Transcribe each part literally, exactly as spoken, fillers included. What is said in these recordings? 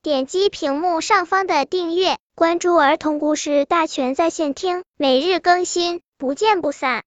点击屏幕上方的订阅，关注儿童故事大全在线听，每日更新，不见不散。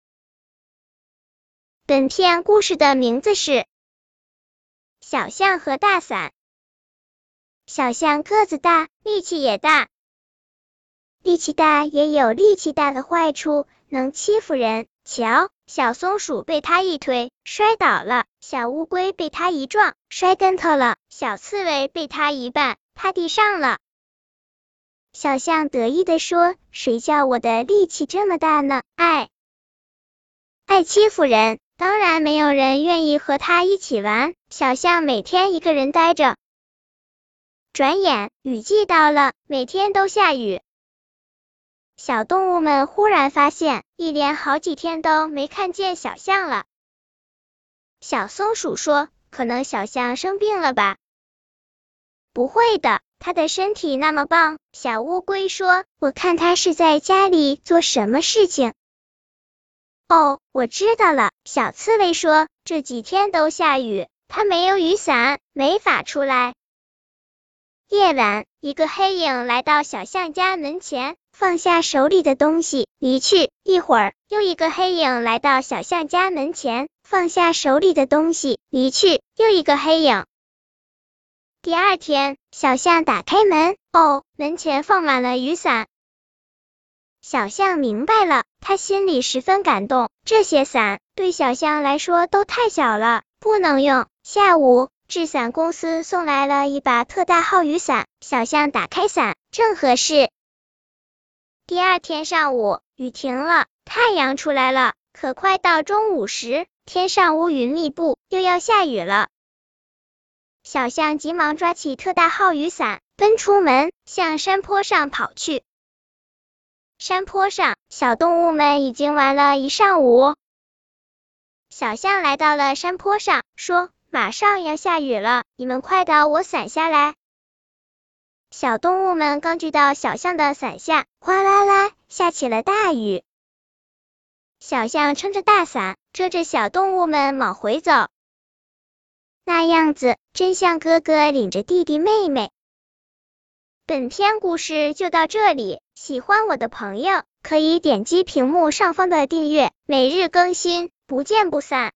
本片故事的名字是小象和大伞。小象个子大，力气也大。力气大也有力气大的坏处，能欺负人。瞧，小松鼠被它一推，摔倒了；小乌龟被它一撞，摔跟头了；小刺猬被它一绊，趴地上了。小象得意地说：“谁叫我的力气这么大呢？爱爱欺负人，当然没有人愿意和它一起玩。”小象每天一个人呆着。转眼雨季到了，每天都下雨。小动物们忽然发现，一连好几天都没看见小象了。小松鼠说：“可能小象生病了吧？”“不会的，它的身体那么棒。”小乌龟说：“我看它是在家里做什么事情。”“哦，我知道了。”小刺猬说：“这几天都下雨，它没有雨伞，没法出来。”夜晚，一个黑影来到小象家门前，放下手里的东西，离去。一会儿，又一个黑影来到小象家门前，放下手里的东西，离去。又一个黑影。第二天，小象打开门，哦，门前放满了雨伞。小象明白了，他心里十分感动，这些伞对小象来说都太小了，不能用。下午，制伞公司送来了一把特大号雨伞，小象打开伞，正合适。第二天上午，雨停了，太阳出来了，可快到中午时，天上乌云密布，又要下雨了。小象急忙抓起特大号雨伞，奔出门，向山坡上跑去。山坡上，小动物们已经玩了一上午。小象来到了山坡上，说：“马上要下雨了，你们快到我伞下来。”小动物们刚聚到小象的伞下，哗啦啦下起了大雨。小象撑着大伞，遮着小动物们往回走。那样子真像哥哥领着弟弟妹妹。本篇故事就到这里，喜欢我的朋友可以点击屏幕上方的订阅，每日更新，不见不散。